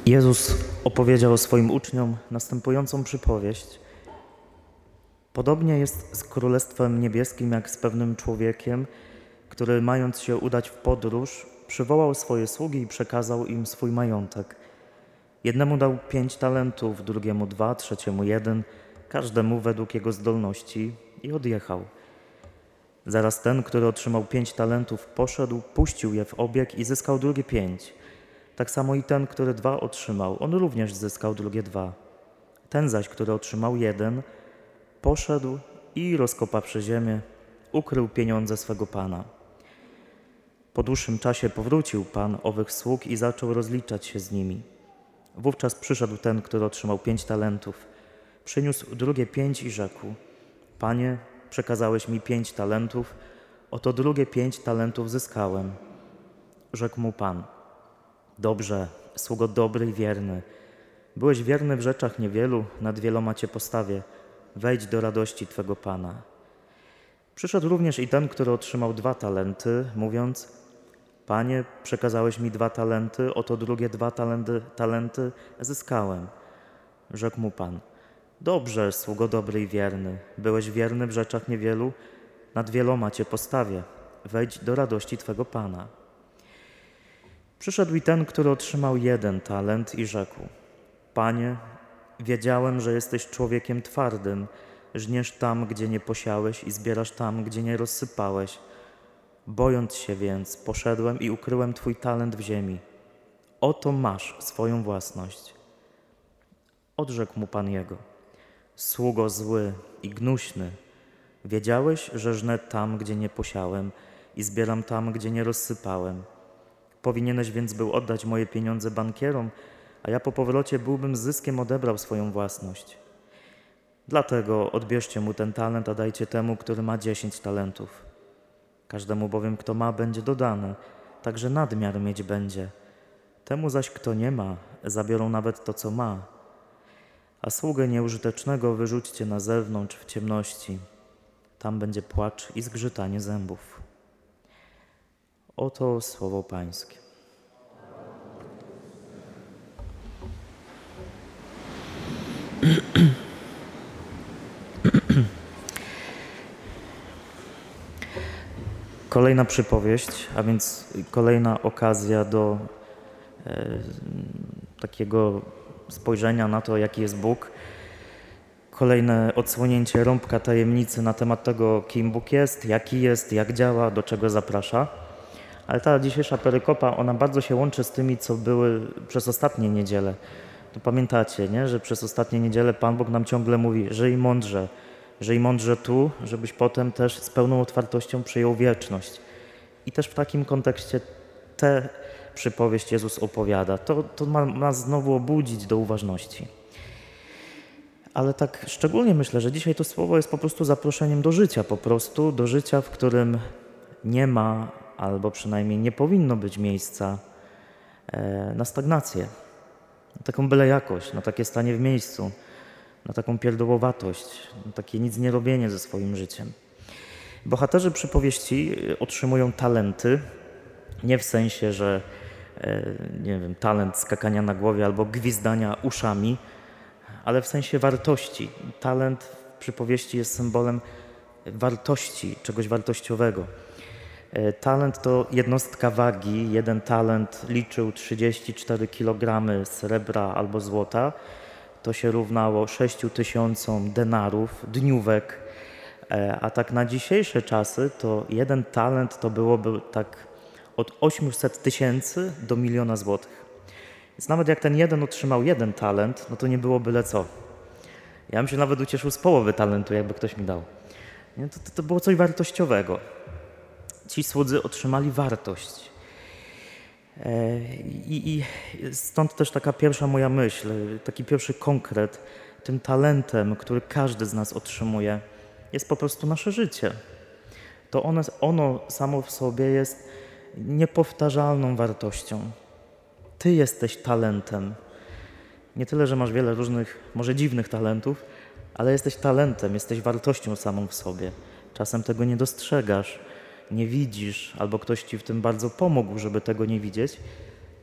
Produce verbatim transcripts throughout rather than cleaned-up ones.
Jezus opowiedział swoim uczniom następującą przypowieść. Podobnie jest z Królestwem Niebieskim jak z pewnym człowiekiem, który mając się udać w podróż, przywołał swoje sługi i przekazał im swój majątek. Jednemu dał pięć talentów, drugiemu dwa, trzeciemu jeden, każdemu według jego zdolności i odjechał. Zaraz ten, który otrzymał pięć talentów, poszedł, puścił je w obieg i zyskał drugie pięć. Tak samo i ten, który dwa otrzymał, on również zyskał drugie dwa. Ten zaś, który otrzymał jeden, poszedł i rozkopawszy ziemię, ukrył pieniądze swego pana. Po dłuższym czasie powrócił pan owych sług i zaczął rozliczać się z nimi. Wówczas przyszedł ten, który otrzymał pięć talentów. Przyniósł drugie pięć i rzekł: Panie, przekazałeś mi pięć talentów, oto drugie pięć talentów zyskałem. Rzekł mu pan: Dobrze, sługo dobry i wierny. Byłeś wierny w rzeczach niewielu, nad wieloma cię postawię. Wejdź do radości twego pana. Przyszedł również i ten, który otrzymał dwa talenty, mówiąc: Panie, przekazałeś mi dwa talenty, oto drugie dwa talenty, talenty zyskałem. Rzekł mu pan: Dobrze, sługo dobry i wierny. Byłeś wierny w rzeczach niewielu, nad wieloma cię postawię. Wejdź do radości twego pana. Przyszedł i ten, który otrzymał jeden talent i rzekł: Panie, wiedziałem, że jesteś człowiekiem twardym, żniesz tam, gdzie nie posiałeś i zbierasz tam, gdzie nie rozsypałeś. Bojąc się więc, poszedłem i ukryłem twój talent w ziemi. Oto masz swoją własność. Odrzekł mu pan jego: Sługo zły i gnuśny, wiedziałeś, że żnę tam, gdzie nie posiałem i zbieram tam, gdzie nie rozsypałem. Powinieneś więc był oddać moje pieniądze bankierom, a ja po powrocie byłbym z zyskiem odebrał swoją własność. Dlatego odbierzcie mu ten talent, a dajcie temu, który ma dziesięć talentów. Każdemu bowiem, kto ma, będzie dodane, także nadmiar mieć będzie. Temu zaś, kto nie ma, zabiorą nawet to, co ma. A sługę nieużytecznego wyrzućcie na zewnątrz w ciemności. Tam będzie płacz i zgrzytanie zębów. Oto słowo Pańskie. Kolejna przypowieść, a więc kolejna okazja do e, takiego spojrzenia na to, jaki jest Bóg. Kolejne odsłonięcie rąbka tajemnicy na temat tego, kim Bóg jest, jaki jest, jak działa, do czego zaprasza. Ale ta dzisiejsza perykopa, ona bardzo się łączy z tymi, co były przez ostatnie niedziele. To pamiętacie, nie? Że przez ostatnie niedziele Pan Bóg nam ciągle mówi: żyj mądrze, żyj mądrze tu, żebyś potem też z pełną otwartością przyjął wieczność. I też w takim kontekście tę przypowieść Jezus opowiada. To, to ma nas znowu obudzić do uważności. Ale tak szczególnie myślę, że dzisiaj to słowo jest po prostu zaproszeniem do życia, po prostu do życia, w którym nie ma, albo przynajmniej nie powinno być miejsca e, na stagnację, na taką byle jakość, na takie stanie w miejscu, na taką pierdołowatość, na takie nic nie robienie ze swoim życiem. Bohaterzy przypowieści otrzymują talenty, nie w sensie, że e, nie wiem, talent skakania na głowie albo gwizdania uszami, ale w sensie wartości. Talent w przypowieści jest symbolem wartości, czegoś wartościowego. Talent to jednostka wagi. Jeden talent liczył trzydzieści cztery kilogramy srebra albo złota. To się równało sześciu tysiącom denarów, dniówek. A tak na dzisiejsze czasy to jeden talent to byłoby tak od osiemset tysięcy do miliona złotych. Więc nawet jak ten jeden otrzymał jeden talent, no to nie było byle co. Ja bym się nawet ucieszył z połowy talentu, jakby ktoś mi dał. Nie? To, to, to było coś wartościowego. Ci słudzy otrzymali wartość. E, i, I stąd też taka pierwsza moja myśl, taki pierwszy konkret. Tym talentem, który każdy z nas otrzymuje, jest po prostu nasze życie. To ono, ono samo w sobie jest niepowtarzalną wartością. Ty jesteś talentem. Nie tyle, że masz wiele różnych, może dziwnych talentów, ale jesteś talentem, jesteś wartością samą w sobie. Czasem tego nie dostrzegasz, nie widzisz, albo ktoś ci w tym bardzo pomógł, żeby tego nie widzieć,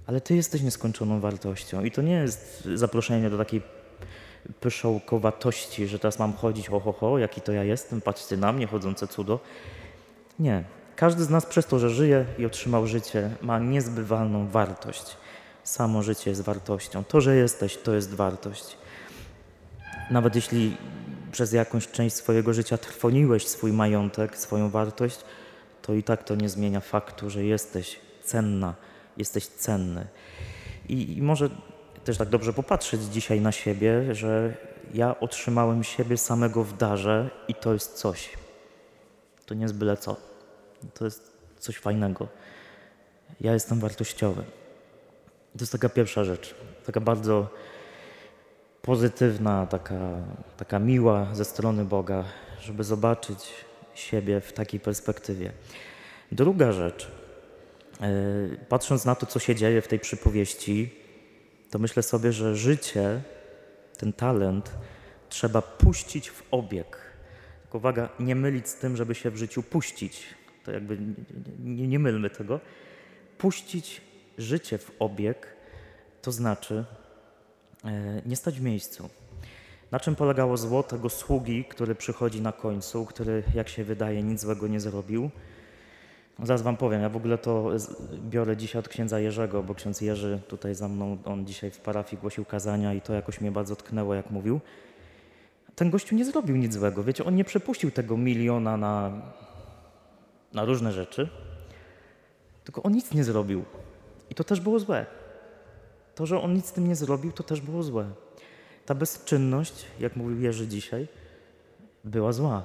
ale ty jesteś nieskończoną wartością. I to nie jest zaproszenie do takiej pyszołkowatości, że teraz mam chodzić, ho, ho, ho, jaki to ja jestem, patrzcie na mnie, chodzące cudo. Nie. Każdy z nas przez to, że żyje i otrzymał życie, ma niezbywalną wartość. Samo życie jest wartością. To, że jesteś, to jest wartość. Nawet jeśli przez jakąś część swojego życia trwoniłeś swój majątek, swoją wartość, to i tak to nie zmienia faktu, że jesteś cenna, jesteś cenny. I, i może też tak dobrze popatrzeć dzisiaj na siebie, że ja otrzymałem siebie samego w darze i to jest coś. To nie jest byle co. To jest coś fajnego. Ja jestem wartościowy. To jest taka pierwsza rzecz. Taka bardzo pozytywna, taka, taka miła ze strony Boga, żeby zobaczyć siebie w takiej perspektywie. Druga rzecz. Yy, patrząc na to, co się dzieje w tej przypowieści, to myślę sobie, że życie, ten talent trzeba puścić w obieg. Tylko uwaga, nie mylić z tym, żeby się w życiu puścić. To jakby nie, nie mylmy tego. Puścić życie w obieg to znaczy e, nie stać w miejscu. Na czym polegało zło tego sługi, który przychodzi na końcu, który, jak się wydaje, nic złego nie zrobił? Zaraz wam powiem, ja w ogóle to biorę dzisiaj od księdza Jerzego, bo ksiądz Jerzy tutaj za mną, on dzisiaj w parafii głosił kazania i to jakoś mnie bardzo tknęło, jak mówił. Ten gościu nie zrobił nic złego, wiecie, on nie przepuścił tego miliona na, na różne rzeczy, tylko on nic nie zrobił i to też było złe. To, że on nic z tym nie zrobił, to też było złe. Ta bezczynność, jak mówił Jerzy dzisiaj, była zła.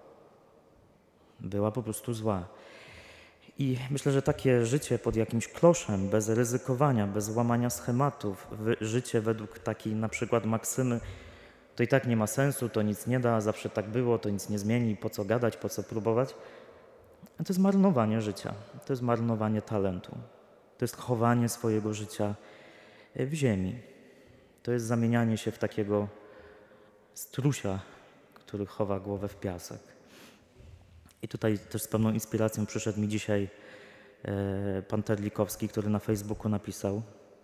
Była po prostu zła. I myślę, że takie życie pod jakimś kloszem, bez ryzykowania, bez łamania schematów, życie według takiej na przykład maksymy, to i tak nie ma sensu, to nic nie da, zawsze tak było, to nic nie zmieni, po co gadać, po co próbować. A to jest marnowanie życia, to jest marnowanie talentu, to jest chowanie swojego życia w ziemi. To jest zamienianie się w takiego strusia, który chowa głowę w piasek. I tutaj też z pewną inspiracją przyszedł mi dzisiaj e, pan Terlikowski, który na Facebooku napisał: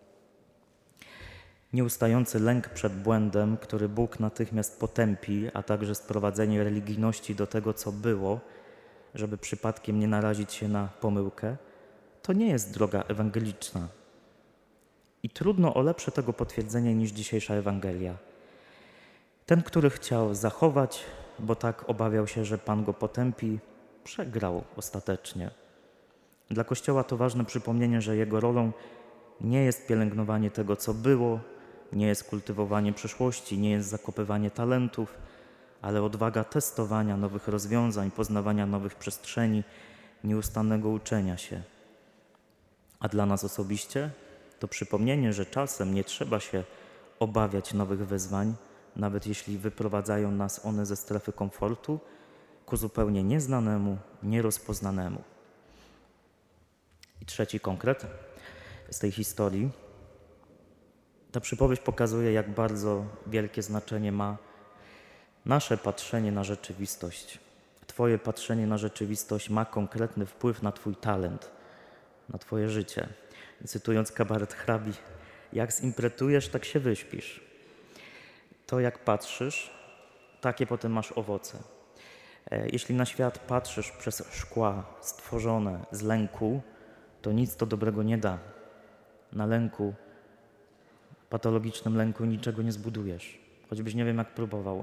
nieustający lęk przed błędem, który Bóg natychmiast potępi, a także sprowadzenie religijności do tego, co było, żeby przypadkiem nie narazić się na pomyłkę, to nie jest droga ewangeliczna. I trudno o lepsze tego potwierdzenie niż dzisiejsza Ewangelia. Ten, który chciał zachować, bo tak obawiał się, że Pan go potępi, przegrał ostatecznie. Dla Kościoła to ważne przypomnienie, że jego rolą nie jest pielęgnowanie tego, co było, nie jest kultywowanie przyszłości, nie jest zakopywanie talentów, ale odwaga testowania nowych rozwiązań, poznawania nowych przestrzeni, nieustannego uczenia się. A dla nas osobiście to przypomnienie, że czasem nie trzeba się obawiać nowych wyzwań, nawet jeśli wyprowadzają nas one ze strefy komfortu ku zupełnie nieznanemu, nierozpoznanemu. I trzeci konkret z tej historii. Ta przypowieść pokazuje, jak bardzo wielkie znaczenie ma nasze patrzenie na rzeczywistość. Twoje patrzenie na rzeczywistość ma konkretny wpływ na twój talent, na twoje życie. Cytując kabaret hrabi, jak zimpretujesz, tak się wyśpisz. To, jak patrzysz, takie potem masz owoce. Jeśli na świat patrzysz przez szkła stworzone z lęku, to nic to dobrego nie da. Na lęku, patologicznym lęku niczego nie zbudujesz, choćbyś nie wiem jak próbował.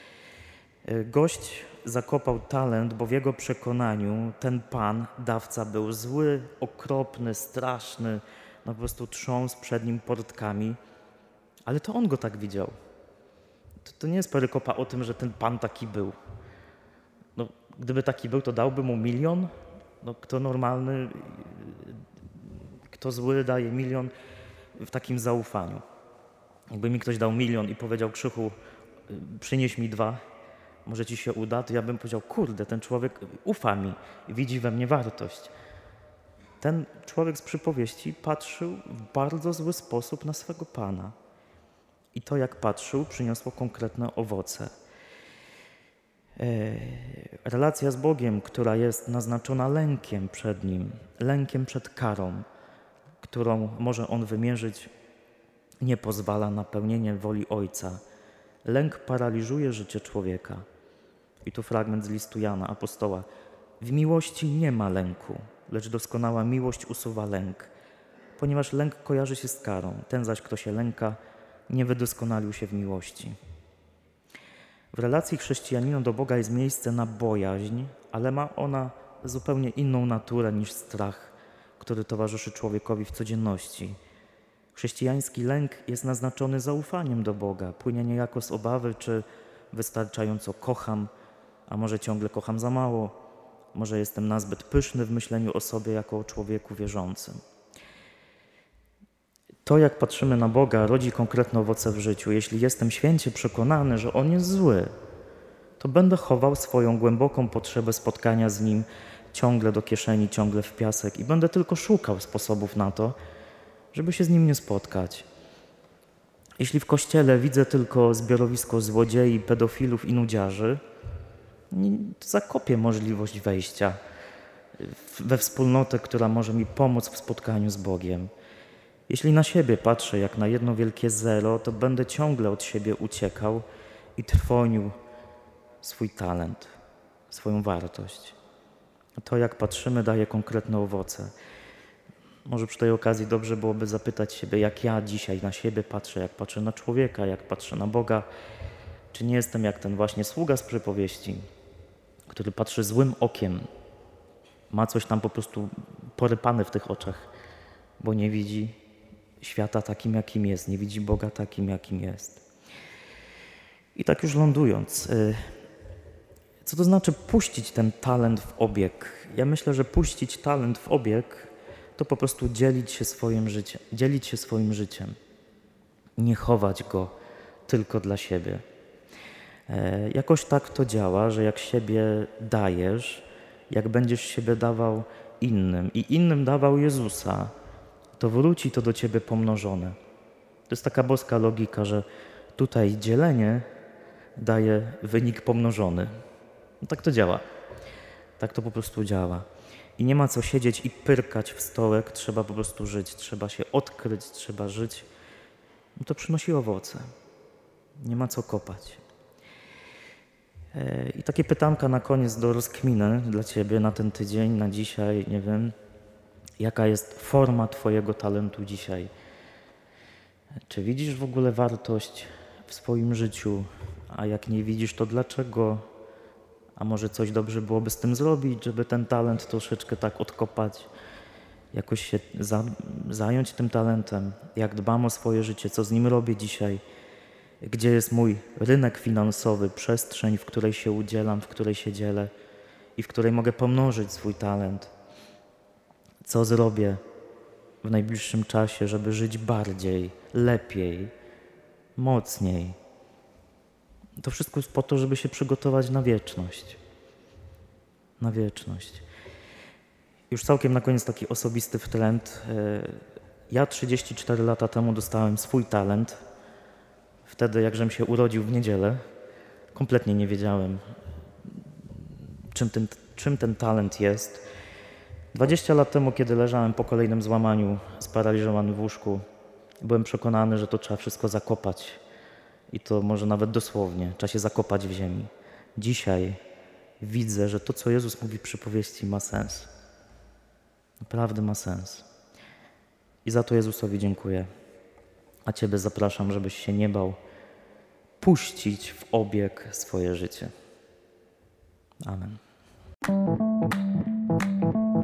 Gość zakopał talent, bo w jego przekonaniu ten pan, dawca, był zły, okropny, straszny, no po prostu trząsł przed nim portkami, ale to on go tak widział. To, to nie jest perykopa o tym, że ten pan taki był. No, gdyby taki był, to dałby mu milion? No, kto normalny, kto zły daje milion w takim zaufaniu? Jakby mi ktoś dał milion i powiedział: Krzychu, przynieś mi dwa, może ci się uda, to ja bym powiedział: kurde, ten człowiek ufa mi, widzi we mnie wartość. Ten człowiek z przypowieści patrzył w bardzo zły sposób na swego Pana. I to, jak patrzył, przyniosło konkretne owoce. Relacja z Bogiem, która jest naznaczona lękiem przed Nim, lękiem przed karą, którą może on wymierzyć, nie pozwala na pełnienie woli Ojca. Lęk paraliżuje życie człowieka. I tu fragment z listu Jana, apostoła. W miłości nie ma lęku, lecz doskonała miłość usuwa lęk, ponieważ lęk kojarzy się z karą. Ten zaś, kto się lęka, nie wydoskonalił się w miłości. W relacji chrześcijanina do Boga jest miejsce na bojaźń, ale ma ona zupełnie inną naturę niż strach, który towarzyszy człowiekowi w codzienności. Chrześcijański lęk jest naznaczony zaufaniem do Boga, płynie niejako z obawy, czy wystarczająco kocham, a może ciągle kocham za mało, może jestem nazbyt pyszny w myśleniu o sobie jako o człowieku wierzącym. To, jak patrzymy na Boga, rodzi konkretne owoce w życiu. Jeśli jestem święcie przekonany, że On jest zły, to będę chował swoją głęboką potrzebę spotkania z Nim ciągle do kieszeni, ciągle w piasek i będę tylko szukał sposobów na to, żeby się z Nim nie spotkać. Jeśli w Kościele widzę tylko zbiorowisko złodziei, pedofilów i nudziarzy, zakopię możliwość wejścia we wspólnotę, która może mi pomóc w spotkaniu z Bogiem. Jeśli na siebie patrzę jak na jedno wielkie zero, to będę ciągle od siebie uciekał i trwonił swój talent, swoją wartość. To, jak patrzymy, daje konkretne owoce. Może przy tej okazji dobrze byłoby zapytać siebie, jak ja dzisiaj na siebie patrzę, jak patrzę na człowieka, jak patrzę na Boga. Czy nie jestem jak ten właśnie sługa z przypowieści, który patrzy złym okiem, ma coś tam po prostu porypane w tych oczach, bo nie widzi świata takim, jakim jest, nie widzi Boga takim, jakim jest. I tak już lądując, co to znaczy puścić ten talent w obieg? Ja myślę, że puścić talent w obieg to po prostu dzielić się swoim życiem, dzielić się swoim życiem, nie chować go tylko dla siebie. E, jakoś tak to działa, że jak siebie dajesz, jak będziesz siebie dawał innym i innym dawał Jezusa, to wróci to do ciebie pomnożone. To jest taka boska logika, że tutaj dzielenie daje wynik pomnożony. No tak to działa. Tak to po prostu działa. I nie ma co siedzieć i pyrkać w stołek, trzeba po prostu żyć, trzeba się odkryć, trzeba żyć. No to przynosi owoce. Nie ma co kopać. I takie pytanka na koniec do rozkminy dla ciebie na ten tydzień, na dzisiaj, nie wiem. Jaka jest forma twojego talentu dzisiaj? Czy widzisz w ogóle wartość w swoim życiu? A jak nie widzisz, to dlaczego? A może coś dobrze byłoby z tym zrobić, żeby ten talent troszeczkę tak odkopać, jakoś się za, zająć tym talentem, jak dbam o swoje życie, co z nim robię dzisiaj, gdzie jest mój rynek finansowy, przestrzeń, w której się udzielam, w której się dzielę i w której mogę pomnożyć swój talent. Co zrobię w najbliższym czasie, żeby żyć bardziej, lepiej, mocniej. To wszystko jest po to, żeby się przygotować na wieczność. Na wieczność. Już całkiem na koniec taki osobisty wtręt. Ja trzydzieści cztery lata temu dostałem swój talent. Wtedy, jak żem się urodził w niedzielę, kompletnie nie wiedziałem, czym ten, czym ten talent jest. dwadzieścia lat temu, kiedy leżałem po kolejnym złamaniu, sparaliżowany w łóżku, byłem przekonany, że to trzeba wszystko zakopać. I to może nawet dosłownie, trzeba się zakopać w ziemi. Dzisiaj widzę, że to, co Jezus mówi w przypowieści, ma sens. Naprawdę ma sens. I za to Jezusowi dziękuję. A Ciebie zapraszam, żebyś się nie bał puścić w obieg swoje życie. Amen.